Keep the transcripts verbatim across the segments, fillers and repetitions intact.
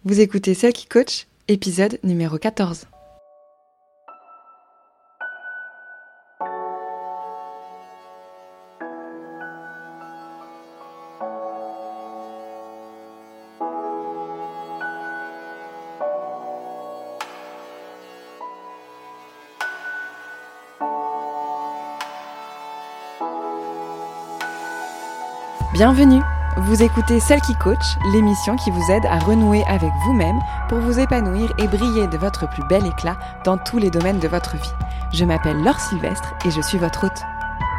Vous écoutez Celle qui coach, épisode numéro quatorze. Bienvenue! Vous écoutez Celle qui coach, l'émission qui vous aide à renouer avec vous-même pour vous épanouir et briller de votre plus bel éclat dans tous les domaines de votre vie. Je m'appelle Laure Sylvestre et je suis votre hôte.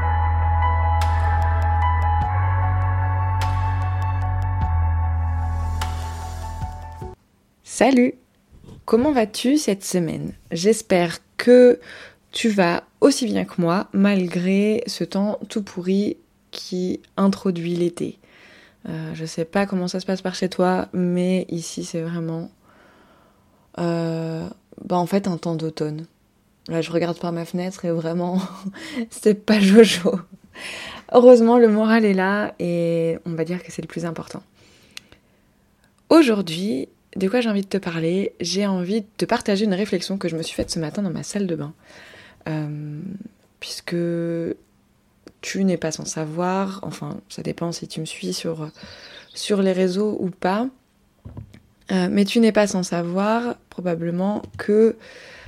Salut! Comment vas-tu cette semaine? J'espère que tu vas aussi bien que moi, malgré ce temps tout pourri qui introduit l'été. Euh, je sais pas comment ça se passe par chez toi, mais ici c'est vraiment euh, bah en fait un temps d'automne. Là je regarde par ma fenêtre et vraiment c'est pas jojo. Heureusement le moral est là et on va dire que c'est le plus important. Aujourd'hui, de quoi j'ai envie de te parler? J'ai envie de te partager une réflexion que je me suis faite ce matin dans ma salle de bain. Euh, puisque tu n'es pas sans savoir, enfin ça dépend si tu me suis sur, sur les réseaux ou pas, euh, mais tu n'es pas sans savoir probablement que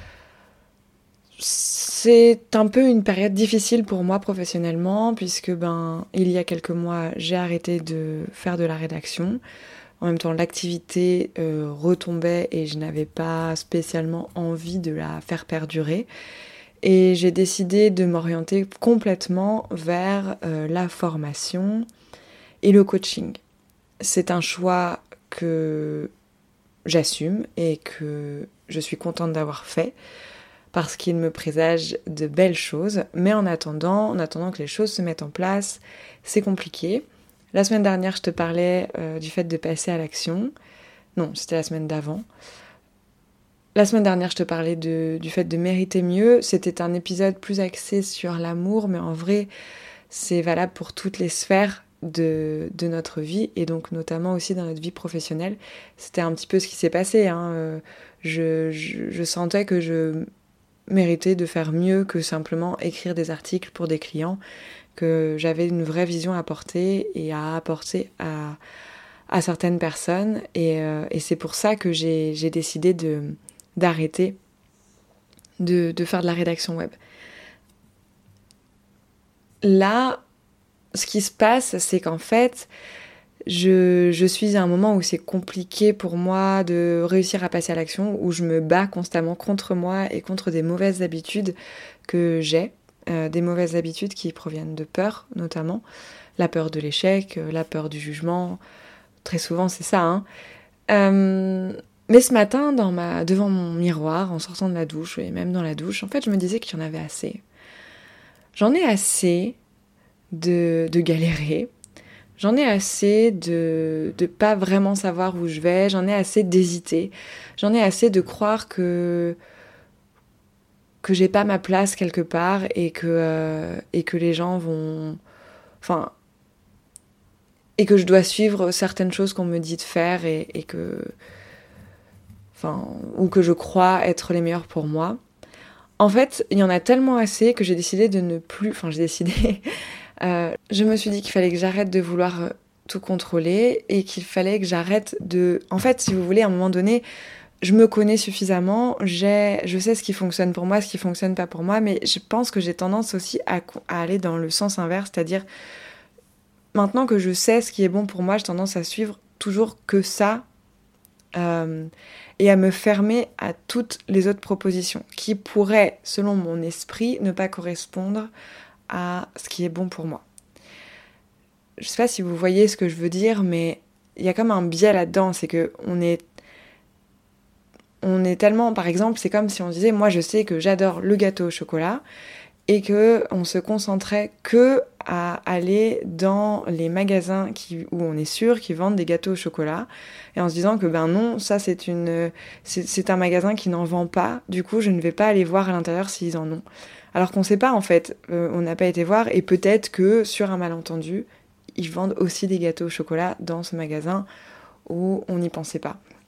c'est un peu une période difficile pour moi professionnellement, puisque ben il y a quelques mois j'ai arrêté de faire de la rédaction. En même temps l'activité euh, retombait et je n'avais pas spécialement envie de la faire perdurer. Et j'ai décidé de m'orienter complètement vers euh, la formation et le coaching. C'est un choix que j'assume et que je suis contente d'avoir fait parce qu'il me présage de belles choses. Mais en attendant, en attendant que les choses se mettent en place, c'est compliqué. La semaine dernière, je te parlais euh, du fait de passer à l'action. Non, c'était la semaine d'avant. La semaine dernière, je te parlais de, du fait de mériter mieux. C'était un épisode plus axé sur l'amour, mais en vrai, c'est valable pour toutes les sphères de, de notre vie, et donc notamment aussi dans notre vie professionnelle. C'était un petit peu ce qui s'est passé. Hein. Je, je, je sentais que je méritais de faire mieux que simplement écrire des articles pour des clients, que j'avais une vraie vision à apporter et à apporter à, à certaines personnes. Et, euh, et c'est pour ça que j'ai, j'ai décidé de... d'arrêter de, de faire de la rédaction web. Là, ce qui se passe, c'est qu'en fait, je, je suis à un moment où c'est compliqué pour moi de réussir à passer à l'action, où je me bats constamment contre moi et contre des mauvaises habitudes que j'ai, euh, des mauvaises habitudes qui proviennent de peur, notamment, la peur de l'échec, la peur du jugement, très souvent c'est ça, hein. Euh, Mais ce matin, dans ma, devant mon miroir, en sortant de la douche, et même dans la douche, en fait, je me disais qu'il y en avait assez. J'en ai assez de, de galérer. J'en ai assez de de pas vraiment savoir où je vais. J'en ai assez d'hésiter. J'en ai assez de croire que que j'ai pas ma place quelque part et que euh, et que les gens vont, enfin, et que je dois suivre certaines choses qu'on me dit de faire et, et que Enfin, ou que je crois être les meilleurs pour moi. En fait, il y en a tellement assez que j'ai décidé de ne plus... Enfin, j'ai décidé... euh, je me suis dit qu'il fallait que j'arrête de vouloir tout contrôler et qu'il fallait que j'arrête de... En fait, si vous voulez, à un moment donné, je me connais suffisamment, j'ai, je sais ce qui fonctionne pour moi, ce qui fonctionne pas pour moi, mais je pense que j'ai tendance aussi à, à aller dans le sens inverse, c'est-à-dire, maintenant que je sais ce qui est bon pour moi, j'ai tendance à suivre toujours que ça, Euh, et à me fermer à toutes les autres propositions qui pourraient, selon mon esprit, ne pas correspondre à ce qui est bon pour moi. Je sais pas si vous voyez ce que je veux dire, mais il y a comme un biais là-dedans, c'est que on est on est tellement, par exemple, c'est comme si on disait, moi je sais que j'adore le gâteau au chocolat, et que on se concentrait que à aller dans les magasins qui, où on est sûr qu'ils vendent des gâteaux au chocolat, et en se disant que ben non, ça c'est une c'est, c'est un magasin qui n'en vend pas, du coup je ne vais pas aller voir à l'intérieur s'ils en ont. Alors qu'on sait pas en fait, euh, on n'a pas été voir, et peut-être que sur un malentendu, ils vendent aussi des gâteaux au chocolat dans ce magasin où on n'y pensait pas.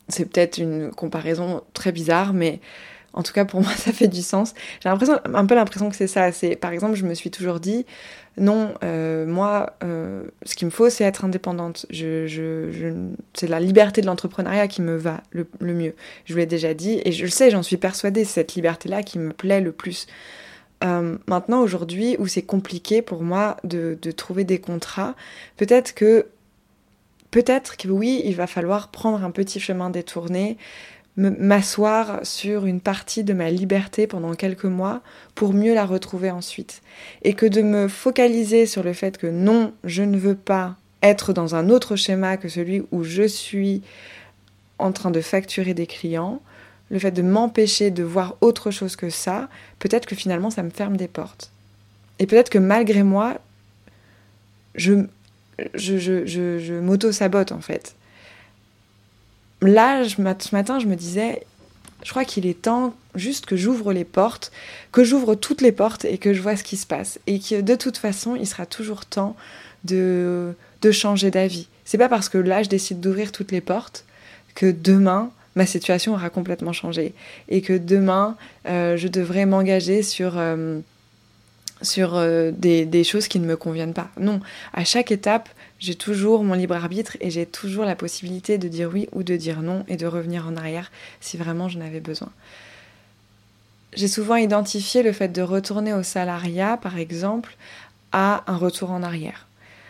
C'est peut-être une comparaison très bizarre, mais en tout cas pour moi ça fait du sens. J'ai l'impression, un peu l'impression que c'est ça. C'est, par exemple, je me suis toujours dit, non, euh, moi, euh, ce qu'il me faut, c'est être indépendante. Je, je, je, c'est la liberté de l'entrepreneuriat qui me va le, le mieux. Je vous l'ai déjà dit, et je le sais, j'en suis persuadée, c'est cette liberté-là qui me plaît le plus. Euh, maintenant, aujourd'hui, où c'est compliqué pour moi de, de trouver des contrats, peut-être que, peut-être que oui, il va falloir prendre un petit chemin détourné, me, m'asseoir sur une partie de ma liberté pendant quelques mois pour mieux la retrouver ensuite. Et que de me focaliser sur le fait que non, je ne veux pas être dans un autre schéma que celui où je suis en train de facturer des clients, le fait de m'empêcher de voir autre chose que ça, peut-être que finalement ça me ferme des portes. Et peut-être que malgré moi, je, je, je, je, je m'auto-sabote en fait. Là, je, ce matin, je me disais, je crois qu'il est temps juste que j'ouvre les portes, que j'ouvre toutes les portes et que je vois ce qui se passe. Et que de toute façon, il sera toujours temps de, de changer d'avis. C'est pas parce que là, je décide d'ouvrir toutes les portes que demain, ma situation aura complètement changé. Et que demain, euh, je devrais m'engager sur, euh, sur euh, des, des choses qui ne me conviennent pas. Non, à chaque étape, j'ai toujours mon libre arbitre et j'ai toujours la possibilité de dire oui ou de dire non et de revenir en arrière si vraiment j'en avais besoin. J'ai souvent identifié le fait de retourner au salariat, par exemple, à un retour en arrière.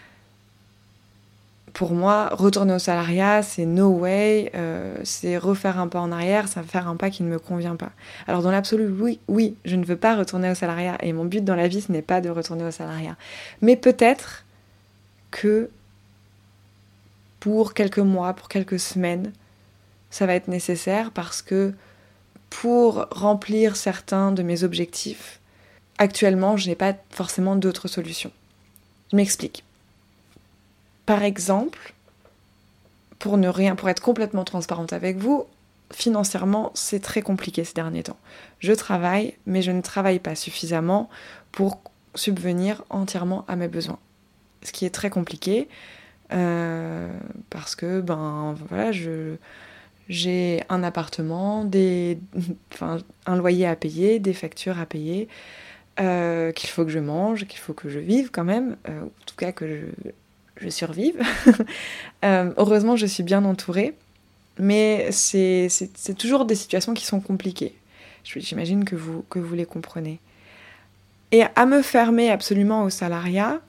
Pour moi, retourner au salariat, c'est no way, euh, c'est refaire un pas en arrière, ça va faire un pas qui ne me convient pas. Alors dans l'absolu, oui, oui, je ne veux pas retourner au salariat et mon but dans la vie, ce n'est pas de retourner au salariat. Mais peut-être que pour quelques mois, pour quelques semaines, ça va être nécessaire parce que pour remplir certains de mes objectifs, actuellement, je n'ai pas forcément d'autres solutions. Je m'explique. Par exemple, pour ne rien, pour être complètement transparente avec vous, financièrement, c'est très compliqué ces derniers temps. Je travaille, mais je ne travaille pas suffisamment pour subvenir entièrement à mes besoins. Ce qui est très compliqué. Euh, parce que ben voilà, je, j'ai un appartement, des, enfin, un loyer à payer, des factures à payer, euh, qu'il faut que je mange, qu'il faut que je vive quand même, euh, en tout cas que je, je survive. euh, heureusement, je suis bien entourée, mais c'est, c'est, c'est toujours des situations qui sont compliquées. J'imagine que vous, que vous les comprenez. Et à me fermer absolument au salariat,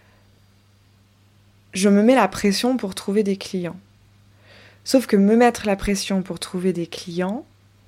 je me mets la pression pour trouver des clients. Sauf que me mettre la pression pour trouver des clients,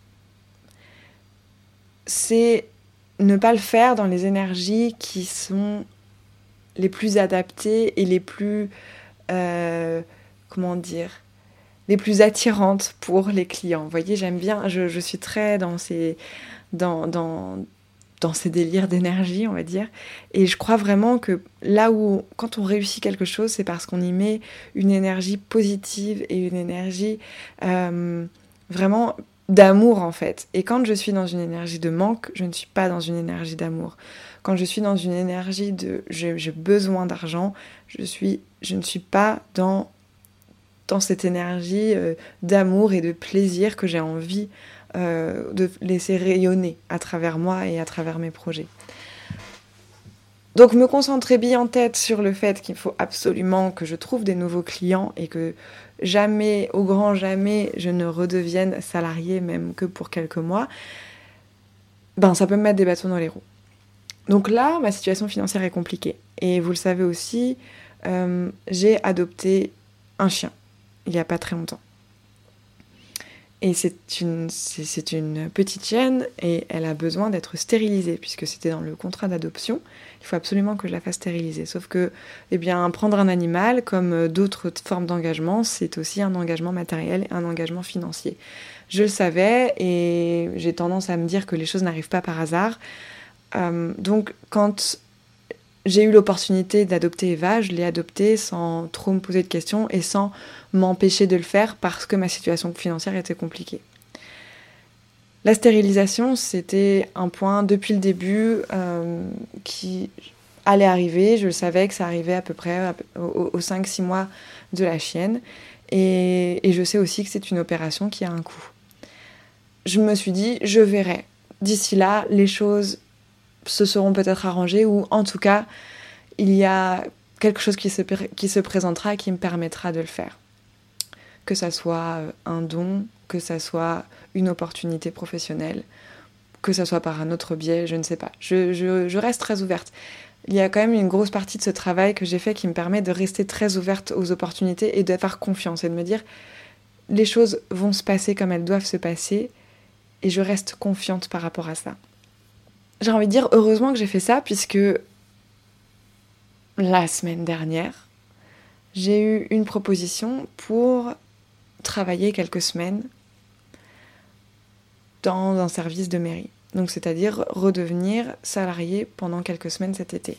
c'est ne pas le faire dans les énergies qui sont les plus adaptées et les plus, euh, comment dire, les plus attirantes pour les clients. Vous voyez, j'aime bien, je, je suis très dans ces, dans, dans, dans ces délires d'énergie, on va dire. Et je crois vraiment que là où, quand on réussit quelque chose, c'est parce qu'on y met une énergie positive et une énergie euh, vraiment d'amour, en fait. Et quand je suis dans une énergie de manque, je ne suis pas dans une énergie d'amour. Quand je suis dans une énergie de j'ai, j'ai besoin d'argent, je, suis, je ne suis pas dans, dans cette énergie euh, d'amour et de plaisir que j'ai envie Euh, de laisser rayonner à travers moi et à travers mes projets. Donc me concentrer bien en tête sur le fait qu'il faut absolument que je trouve des nouveaux clients et que jamais, au grand jamais, je ne redevienne salariée, même que pour quelques mois, ben ça peut me mettre des bâtons dans les roues. Donc là, ma situation financière est compliquée. Et vous le savez aussi, euh, j'ai adopté un chien il n'y a pas très longtemps. Et c'est une, c'est, c'est une petite chienne et elle a besoin d'être stérilisée puisque c'était dans le contrat d'adoption. Il faut absolument que je la fasse stériliser. Sauf que, eh bien, prendre un animal, comme d'autres formes d'engagement, c'est aussi un engagement matériel et un engagement financier. Je le savais et j'ai tendance à me dire que les choses n'arrivent pas par hasard. Euh, donc, quand j'ai eu l'opportunité d'adopter Eva, je l'ai adoptée sans trop me poser de questions et sans m'empêcher de le faire parce que ma situation financière était compliquée. La stérilisation, c'était un point depuis le début euh, qui allait arriver. Je savais que ça arrivait à peu près aux cinq six mois de la chienne. Et, et je sais aussi que c'est une opération qui a un coût. Je me suis dit, je verrai. D'ici là, les choses se seront peut-être arrangées, ou en tout cas, il y a quelque chose qui se, qui se présentera et qui me permettra de le faire. Que ça soit un don, que ça soit une opportunité professionnelle, que ça soit par un autre biais, je ne sais pas. Je, je, je reste très ouverte. Il y a quand même une grosse partie de ce travail que j'ai fait qui me permet de rester très ouverte aux opportunités et de faire confiance et de me dire les choses vont se passer comme elles doivent se passer et je reste confiante par rapport à ça. J'ai envie de dire heureusement que j'ai fait ça puisque la semaine dernière, j'ai eu une proposition pour travailler quelques semaines dans un service de mairie. Donc c'est-à-dire redevenir salarié pendant quelques semaines cet été.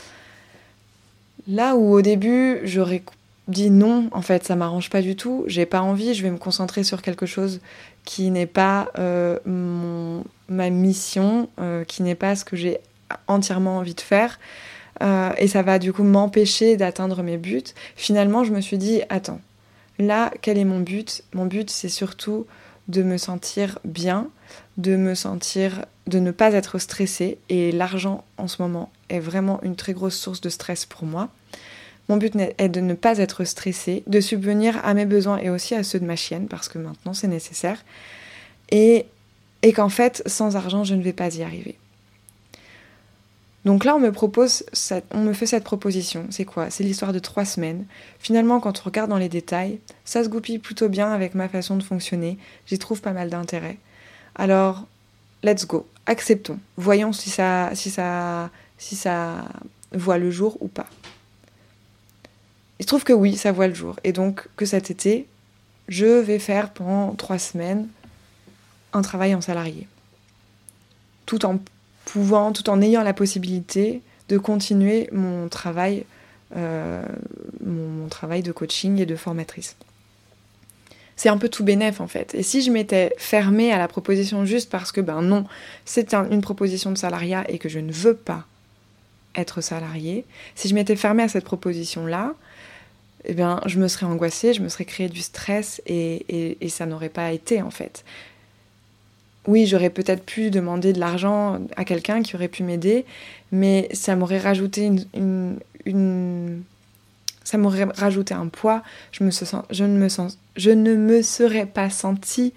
Là où au début j'aurais dit non, en fait ça m'arrange pas du tout, j'ai pas envie, je vais me concentrer sur quelque chose qui n'est pas euh, mon, ma mission, euh, qui n'est pas ce que j'ai entièrement envie de faire, euh, et ça va du coup m'empêcher d'atteindre mes buts. Finalement je me suis dit attends, là quel est mon but ? Mon but c'est surtout de me sentir bien, de me sentir, de ne pas être stressée, et l'argent en ce moment est vraiment une très grosse source de stress pour moi. Mon but est de ne pas être stressée, de subvenir à mes besoins et aussi à ceux de ma chienne, parce que maintenant c'est nécessaire, et, et qu'en fait sans argent je ne vais pas y arriver. Donc là on me propose, cette, on me fait cette proposition, c'est quoi ? C'est l'histoire de trois semaines. Finalement quand on regarde dans les détails, ça se goupille plutôt bien avec ma façon de fonctionner, j'y trouve pas mal d'intérêt. Alors, let's go, acceptons, voyons si ça, si ça, si ça voit le jour ou pas. Il se trouve que oui, ça voit le jour, et donc que cet été, je vais faire pendant trois semaines un travail en salarié, tout en pouvant, tout en ayant la possibilité de continuer mon travail, euh, mon, mon travail de coaching et de formatrice. C'est un peu tout bénef en fait. Et si je m'étais fermée à la proposition juste parce que ben non, c'est un, une proposition de salariat et que je ne veux pas être salariée, si je m'étais fermée à cette proposition-là, eh bien, je me serais angoissée, je me serais créé du stress et, et, et ça n'aurait pas été en fait. Oui, j'aurais peut-être pu demander de l'argent à quelqu'un qui aurait pu m'aider, mais ça m'aurait rajouté une, une, une ça m'aurait rajouté un poids. Je me sens, je ne me sens, je ne me serais pas sentie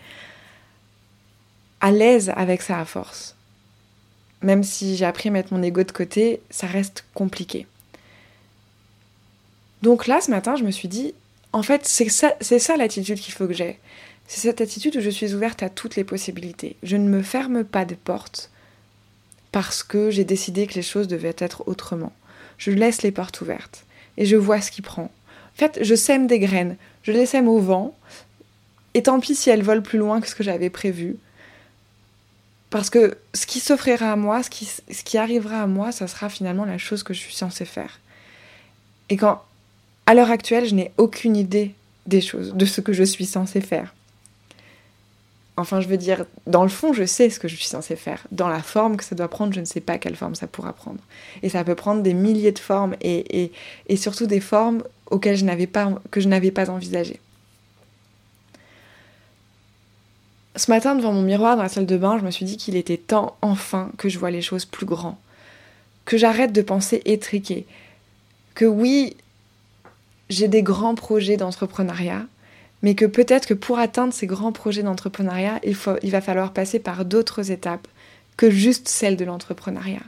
à l'aise avec ça à force. Même si j'ai appris à mettre mon ego de côté, ça reste compliqué. Donc là, ce matin, je me suis dit, en fait, c'est ça, c'est ça l'attitude qu'il faut que j'aie. C'est cette attitude où je suis ouverte à toutes les possibilités. Je ne me ferme pas de porte parce que j'ai décidé que les choses devaient être autrement. Je laisse les portes ouvertes et je vois ce qui prend. En fait, je sème des graines, je les sème au vent, et tant pis si elles volent plus loin que ce que j'avais prévu. Parce que ce qui s'offrira à moi, ce qui, ce qui arrivera à moi, ça sera finalement la chose que je suis censée faire. Et quand, à l'heure actuelle, je n'ai aucune idée des choses, de ce que je suis censée faire. Enfin, je veux dire, dans le fond, je sais ce que je suis censée faire. Dans la forme que ça doit prendre, je ne sais pas quelle forme ça pourra prendre. Et ça peut prendre des milliers de formes, et, et, et surtout des formes auxquelles je n'avais pas, que je n'avais pas envisagées. Ce matin, devant mon miroir dans la salle de bain, je me suis dit qu'il était temps, enfin, que je vois les choses plus grand. Que j'arrête de penser étriqué. Que oui, j'ai des grands projets d'entrepreneuriat, mais que peut-être que pour atteindre ces grands projets d'entrepreneuriat, il, faut, il va falloir passer par d'autres étapes que juste celles de l'entrepreneuriat.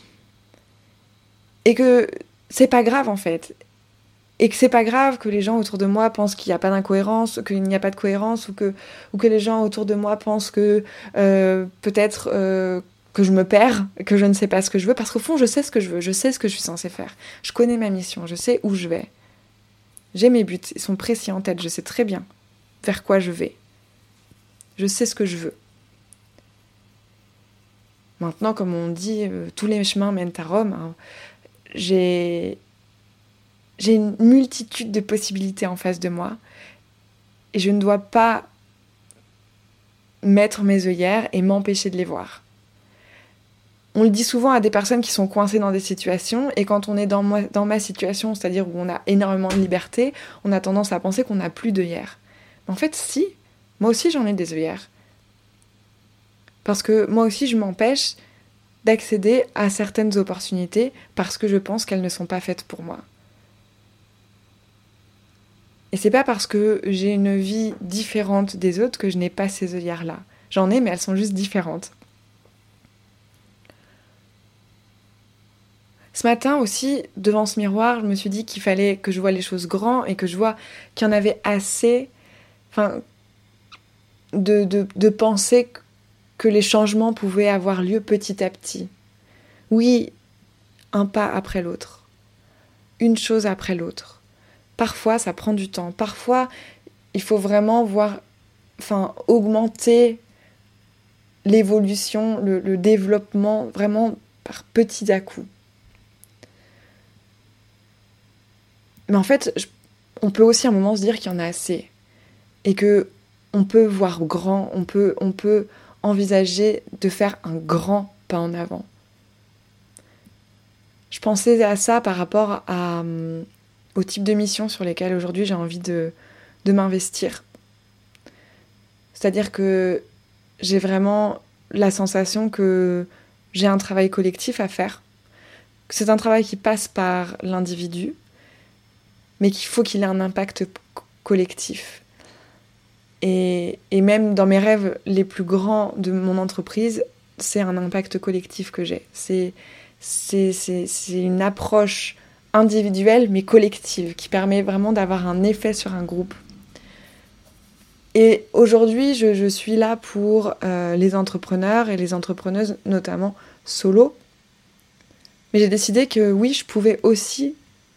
Et que c'est pas grave en fait. Et que c'est pas grave que les gens autour de moi pensent qu'il n'y a pas d'incohérence, qu'il n'y a pas de cohérence, ou que, ou que les gens autour de moi pensent que euh, peut-être euh, que je me perds, que je ne sais pas ce que je veux, parce qu'au fond je sais ce que je veux, je sais ce que je suis censée faire. Je connais ma mission, je sais où je vais. J'ai mes buts, ils sont précis en tête, je sais très bien vers quoi je vais. Je sais ce que je veux. Maintenant, comme on dit, euh, tous les chemins mènent à Rome, hein, j'ai... J'ai une multitude de possibilités en face de moi et je ne dois pas mettre mes œillères et m'empêcher de les voir. on le dit souvent à des personnes qui sont coincées dans des situations, et quand on est dans, moi, dans ma situation, c'est-à-dire où on a énormément de liberté, on a tendance à penser qu'on n'a plus d'œillères. Mais en fait, si, moi aussi j'en ai des œillères. Parce que moi aussi je m'empêche d'accéder à certaines opportunités parce que je pense qu'elles ne sont pas faites pour moi. Et c'est pas parce que j'ai une vie différente des autres que je n'ai pas ces œillères-là. J'en ai, mais elles sont juste différentes. Ce matin aussi, devant ce miroir, je me suis dit qu'il fallait que je voie les choses grand et que je vois qu'il y en avait assez, enfin, de, de, de penser que les changements pouvaient avoir lieu petit à petit. Oui, un pas après l'autre, une chose après l'autre. Parfois, ça prend du temps. Parfois, il faut vraiment voir, enfin, augmenter l'évolution, le, le développement, vraiment par petits à coups. Mais en fait, je, on peut aussi à un moment se dire qu'il y en a assez. Et que on peut voir grand, on peut, on peut envisager de faire un grand pas en avant. Je pensais à ça par rapport à... au type de mission sur lesquelles aujourd'hui j'ai envie de, de m'investir. C'est-à-dire que j'ai vraiment la sensation que j'ai un travail collectif à faire, que c'est un travail qui passe par l'individu, mais qu'il faut qu'il ait un impact collectif. Et, et même dans mes rêves les plus grands de mon entreprise, c'est un impact collectif que j'ai. C'est, c'est, c'est, c'est une approche individuelle mais collective, qui permet vraiment d'avoir un effet sur un groupe. Et aujourd'hui, je, je suis là pour euh, les entrepreneurs et les entrepreneuses, notamment solo. Mais j'ai décidé que oui, je pouvais aussi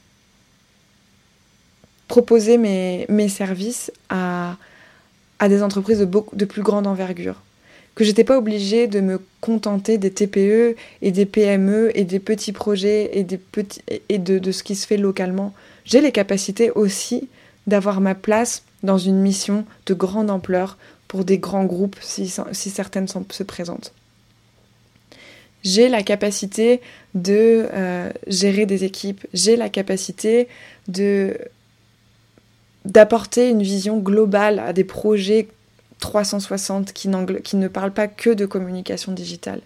proposer mes, mes services à, à des entreprises de, beaucoup, de plus grande envergure. Que j'étais pas obligée de me contenter des T P E et des P M E et des petits projets et, des petits, et de, de ce qui se fait localement. J'ai les capacités aussi d'avoir ma place dans une mission de grande ampleur pour des grands groupes si, si certaines sont, se présentent. J'ai la capacité de euh, gérer des équipes. J'ai la capacité de, d'apporter une vision globale à des projets trois cent soixante qui, qui ne parlent pas que de communication digitale.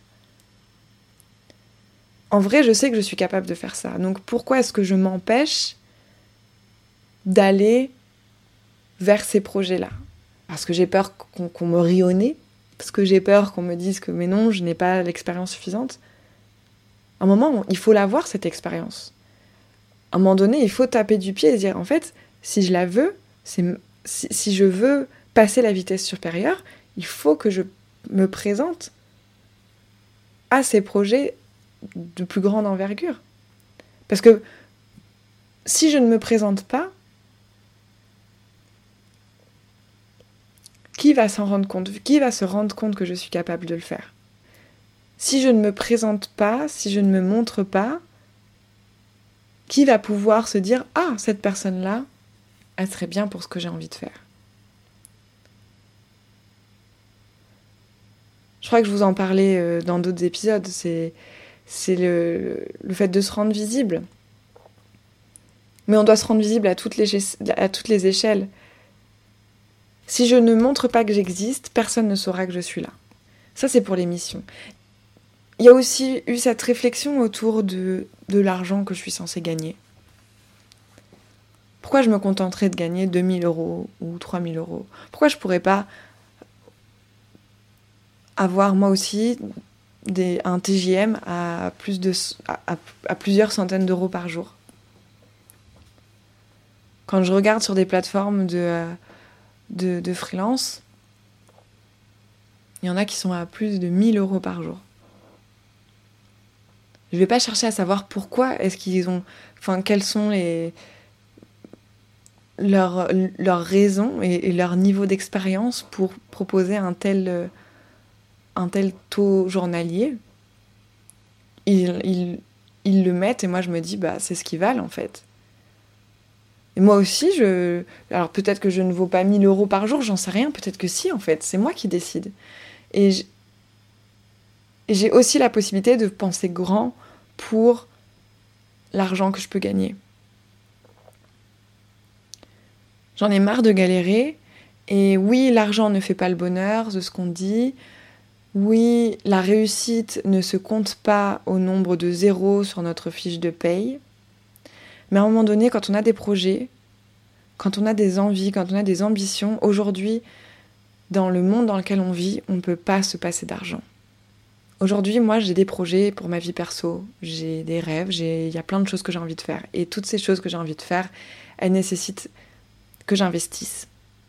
En vrai, je sais que je suis capable de faire ça. Donc pourquoi est-ce que je m'empêche d'aller vers ces projets-là ? Parce que j'ai peur qu'on, qu'on me rie au nez, parce que j'ai peur qu'on me dise que mais non, je n'ai pas l'expérience suffisante. À un moment, il faut l'avoir, cette expérience. À un moment donné, il faut taper du pied et dire, en fait, si je la veux, c'est, si, si je veux passer la vitesse supérieure, il faut que je me présente à ces projets de plus grande envergure. Parce que si je ne me présente pas, qui va s'en rendre compte ? Qui va se rendre compte que je suis capable de le faire ? Si je ne me présente pas, si je ne me montre pas, qui va pouvoir se dire « Ah, cette personne-là, elle serait bien pour ce que j'ai envie de faire ». Je crois que je vous en parlais dans d'autres épisodes, c'est, c'est le, le fait de se rendre visible. Mais on doit se rendre visible à toutes les, à toutes les échelles. Si je ne montre pas que j'existe, personne ne saura que je suis là. Ça, c'est pour les missions. Il y a aussi eu cette réflexion autour de, de l'argent que je suis censée gagner. Pourquoi je me contenterais de gagner deux mille euros ou trois mille euros ? Pourquoi je ne pourrais pas avoir moi aussi des, un T J M à, plus de, à, à plusieurs centaines d'euros par jour ? Quand je regarde sur des plateformes de, de, de freelance, il y en a qui sont à plus de mille euros par jour. Je ne vais pas chercher à savoir pourquoi est-ce qu'ils ont... Enfin, quelles sont les... leurs, leurs raisons et, et leur niveau d'expérience pour proposer un tel... un tel taux journalier. Ils, ils, ils le mettent et moi je me dis bah c'est ce qu'ils valent en fait. Et moi aussi je... Alors peut-être que je ne vaux pas mille euros par jour, j'en sais rien, peut-être que si en fait, c'est moi qui décide. Et je... Et j'ai aussi la possibilité de penser grand pour l'argent que je peux gagner. J'en ai marre de galérer. Et oui, l'argent ne fait pas le bonheur, de ce qu'on dit. Oui, la réussite ne se compte pas au nombre de zéros sur notre fiche de paye. Mais à un moment donné, quand on a des projets, quand on a des envies, quand on a des ambitions, aujourd'hui, dans le monde dans lequel on vit, on ne peut pas se passer d'argent. Aujourd'hui, moi, j'ai des projets pour ma vie perso, j'ai des rêves, j'ai... il y a plein de choses que j'ai envie de faire. Et toutes ces choses que j'ai envie de faire, elles nécessitent que j'investisse.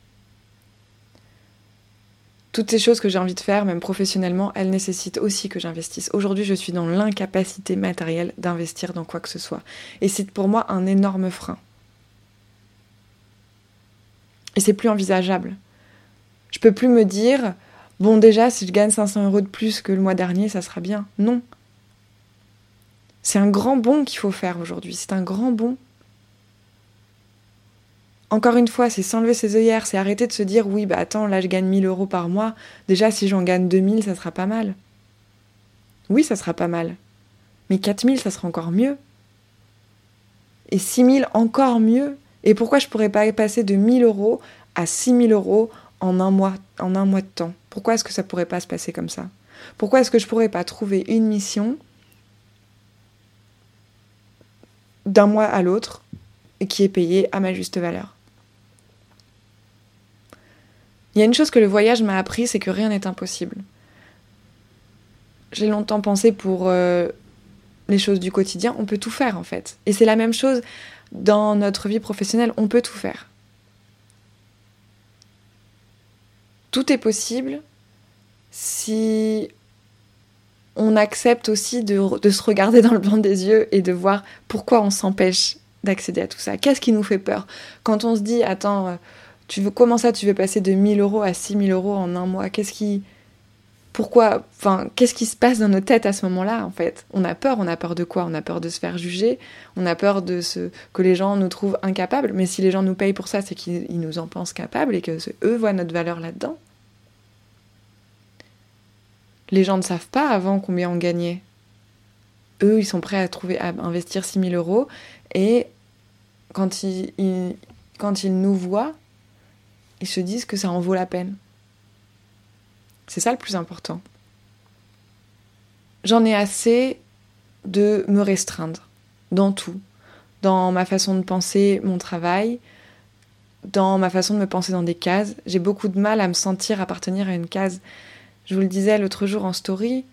Toutes ces choses que j'ai envie de faire, même professionnellement, elles nécessitent aussi que j'investisse. Aujourd'hui, je suis dans l'incapacité matérielle d'investir dans quoi que ce soit. Et c'est pour moi un énorme frein. Et c'est plus envisageable. Je peux plus me dire, bon déjà, si je gagne cinq cents euros de plus que le mois dernier, ça sera bien. Non. C'est un grand bond qu'il faut faire aujourd'hui. C'est un grand bond. Encore une fois, c'est s'enlever ses œillères, c'est arrêter de se dire, oui, bah attends, là je gagne mille euros par mois. Déjà, si j'en gagne deux mille, ça sera pas mal. Oui, ça sera pas mal. Mais quatre mille, ça sera encore mieux. Et six mille, encore mieux. Et pourquoi je pourrais pas passer de mille euros à six mille euros en un mois, en un mois de temps? Pourquoi est-ce que ça pourrait pas se passer comme ça? Pourquoi est-ce que je pourrais pas trouver une mission d'un mois à l'autre et qui est payée à ma juste valeur? Il y a une chose que le voyage m'a appris, c'est que rien n'est impossible. J'ai longtemps pensé pour euh, les choses du quotidien, on peut tout faire en fait. Et c'est la même chose dans notre vie professionnelle, on peut tout faire. Tout est possible si on accepte aussi de, de se regarder dans le blanc des yeux et de voir pourquoi on s'empêche d'accéder à tout ça. Qu'est-ce qui nous fait peur? Quand on se dit, attends, tu veux, comment ça tu veux passer de mille euros à six mille euros en un mois? Qu'est-ce qui... Pourquoi, enfin, qu'est-ce qui se passe dans nos têtes à ce moment-là, en fait? On a peur, on a peur de quoi? On a peur de se faire juger, on a peur de se... que les gens nous trouvent incapables, mais si les gens nous payent pour ça, c'est qu'ils nous en pensent capables et que eux voient notre valeur là-dedans. Les gens ne savent pas avant combien on gagnait. Eux, ils sont prêts à, trouver, à investir six mille euros et quand ils, ils, quand ils nous voient, ils se disent que ça en vaut la peine. C'est ça le plus important. J'en ai assez de me restreindre dans tout. Dans ma façon de penser mon travail, dans ma façon de me penser dans des cases. J'ai beaucoup de mal à me sentir appartenir à une case. Je vous le disais l'autre jour en story,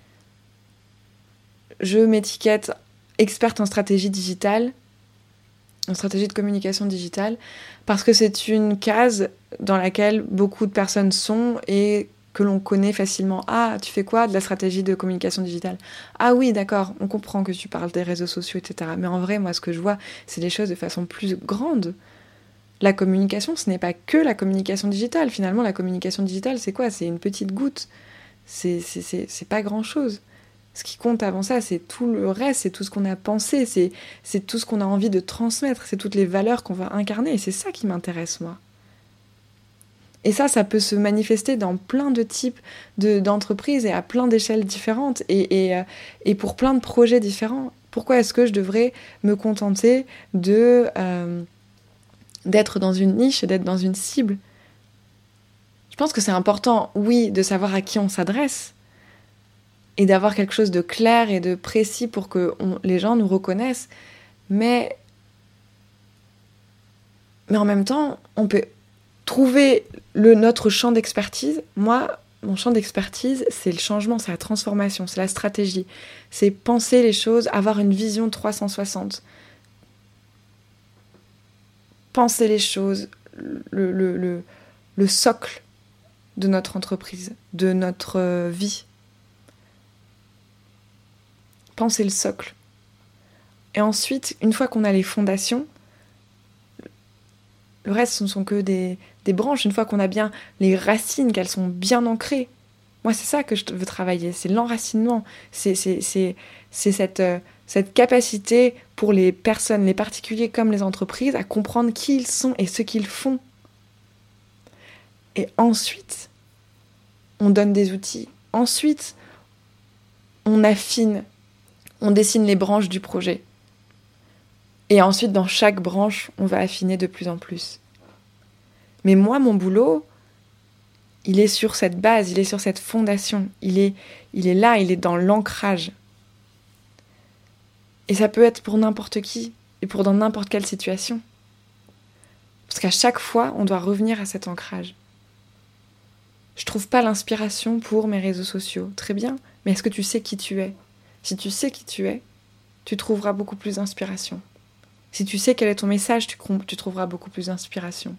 je m'étiquette experte en stratégie digitale, en stratégie de communication digitale, parce que c'est une case dans laquelle beaucoup de personnes sont et que l'on connaît facilement. Ah, tu fais quoi? De la stratégie de communication digitale. Ah oui, d'accord, on comprend que tu parles des réseaux sociaux, et cetera. Mais en vrai, moi, ce que je vois, c'est des choses de façon plus grande. La communication, ce n'est pas que la communication digitale. Finalement, la communication digitale, c'est quoi? C'est une petite goutte. C'est, c'est, c'est, c'est pas grand-chose. Ce qui compte avant ça, c'est tout le reste, c'est tout ce qu'on a pensé, c'est, c'est tout ce qu'on a envie de transmettre, c'est toutes les valeurs qu'on va incarner, et c'est ça qui m'intéresse, moi. Et ça, ça peut se manifester dans plein de types de, d'entreprises et à plein d'échelles différentes, et, et, et pour plein de projets différents. Pourquoi est-ce que je devrais me contenter de, euh, d'être dans une niche, d'être dans une cible ? Je pense que c'est important, oui, de savoir à qui on s'adresse et d'avoir quelque chose de clair et de précis pour que on, les gens nous reconnaissent. Mais, mais en même temps, on peut trouver le, notre champ d'expertise. Moi, mon champ d'expertise, c'est le changement, c'est la transformation, c'est la stratégie. C'est penser les choses, avoir une vision trois cent soixante. Penser les choses, le, le, le, le socle de notre entreprise, de notre vie. Penser le socle. Et ensuite, une fois qu'on a les fondations, le reste, ce ne sont que des, des branches. Une fois qu'on a bien les racines, qu'elles sont bien ancrées. Moi, c'est ça que je veux travailler, c'est l'enracinement. C'est, c'est, c'est, c'est cette, euh, cette capacité pour les personnes, les particuliers comme les entreprises, à comprendre qui ils sont et ce qu'ils font. Et ensuite, on donne des outils. Ensuite, on affine, on dessine les branches du projet. Et ensuite, dans chaque branche, on va affiner de plus en plus. Mais moi, mon boulot, il est sur cette base, il est sur cette fondation. Il est, il est là, il est dans l'ancrage. Et ça peut être pour n'importe qui, et pour dans n'importe quelle situation. Parce qu'à chaque fois, on doit revenir à cet ancrage. Je trouve pas l'inspiration pour mes réseaux sociaux. Très bien, mais est-ce que tu sais qui tu es ? Si tu sais qui tu es, tu trouveras beaucoup plus d'inspiration. Si tu sais quel est ton message, tu, tu trouveras beaucoup plus d'inspiration.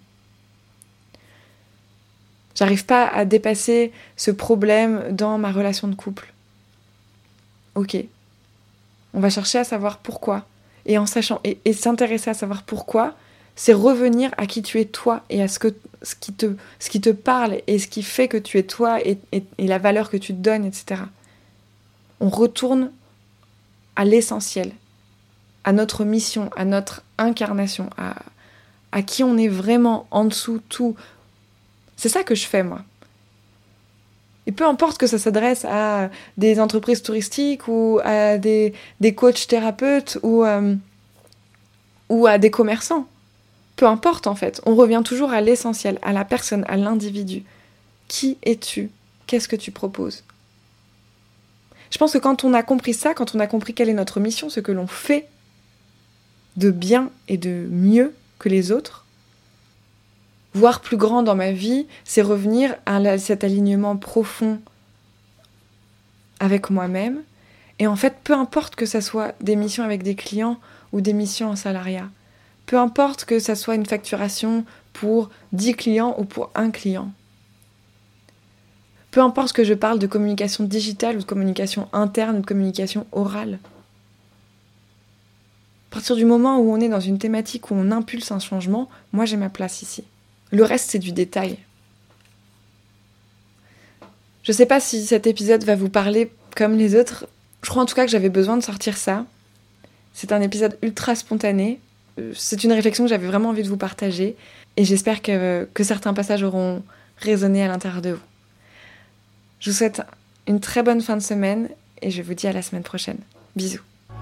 J'arrive pas à dépasser ce problème dans ma relation de couple. Ok. On va chercher à savoir pourquoi. Et en sachant, et, et s'intéresser à savoir pourquoi, c'est revenir à qui tu es toi et à ce, que, ce, qui, te, ce qui te parle et ce qui fait que tu es toi et, et, et la valeur que tu te donnes, et cetera. On retourne à l'essentiel, à notre mission, à notre incarnation, à, à qui on est vraiment en dessous tout. C'est ça que je fais, moi. Et peu importe que ça s'adresse à des entreprises touristiques ou à des, des coachs thérapeutes ou, euh, ou à des commerçants. Peu importe, en fait. On revient toujours à l'essentiel, à la personne, à l'individu. Qui es-tu ? Qu'est-ce que tu proposes ? Je pense que quand on a compris ça, quand on a compris quelle est notre mission, ce que l'on fait de bien et de mieux que les autres, voire plus grand dans ma vie, c'est revenir à cet alignement profond avec moi-même. Et en fait, peu importe que ça soit des missions avec des clients ou des missions en salariat, peu importe que ça soit une facturation pour dix clients ou pour un client, peu importe que je parle de communication digitale ou de communication interne ou de communication orale. À partir du moment où on est dans une thématique où on impulse un changement, moi j'ai ma place ici. Le reste, c'est du détail. Je sais pas si cet épisode va vous parler comme les autres. Je crois en tout cas que j'avais besoin de sortir ça. C'est un épisode ultra spontané. C'est une réflexion que j'avais vraiment envie de vous partager. Et j'espère que, que certains passages auront résonné à l'intérieur de vous. Je vous souhaite une très bonne fin de semaine et je vous dis à la semaine prochaine. Bisous.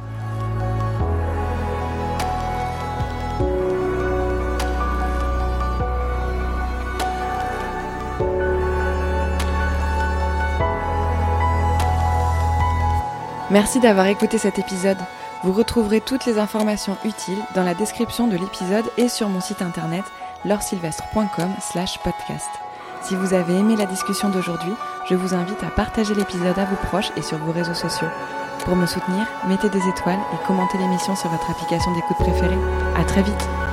Merci d'avoir écouté cet épisode. Vous retrouverez toutes les informations utiles dans la description de l'épisode et sur mon site internet lauresylvestre point com slash podcast. Si vous avez aimé la discussion d'aujourd'hui, je vous invite à partager l'épisode à vos proches et sur vos réseaux sociaux. Pour me soutenir, mettez des étoiles et commentez l'émission sur votre application d'écoute préférée. À très vite!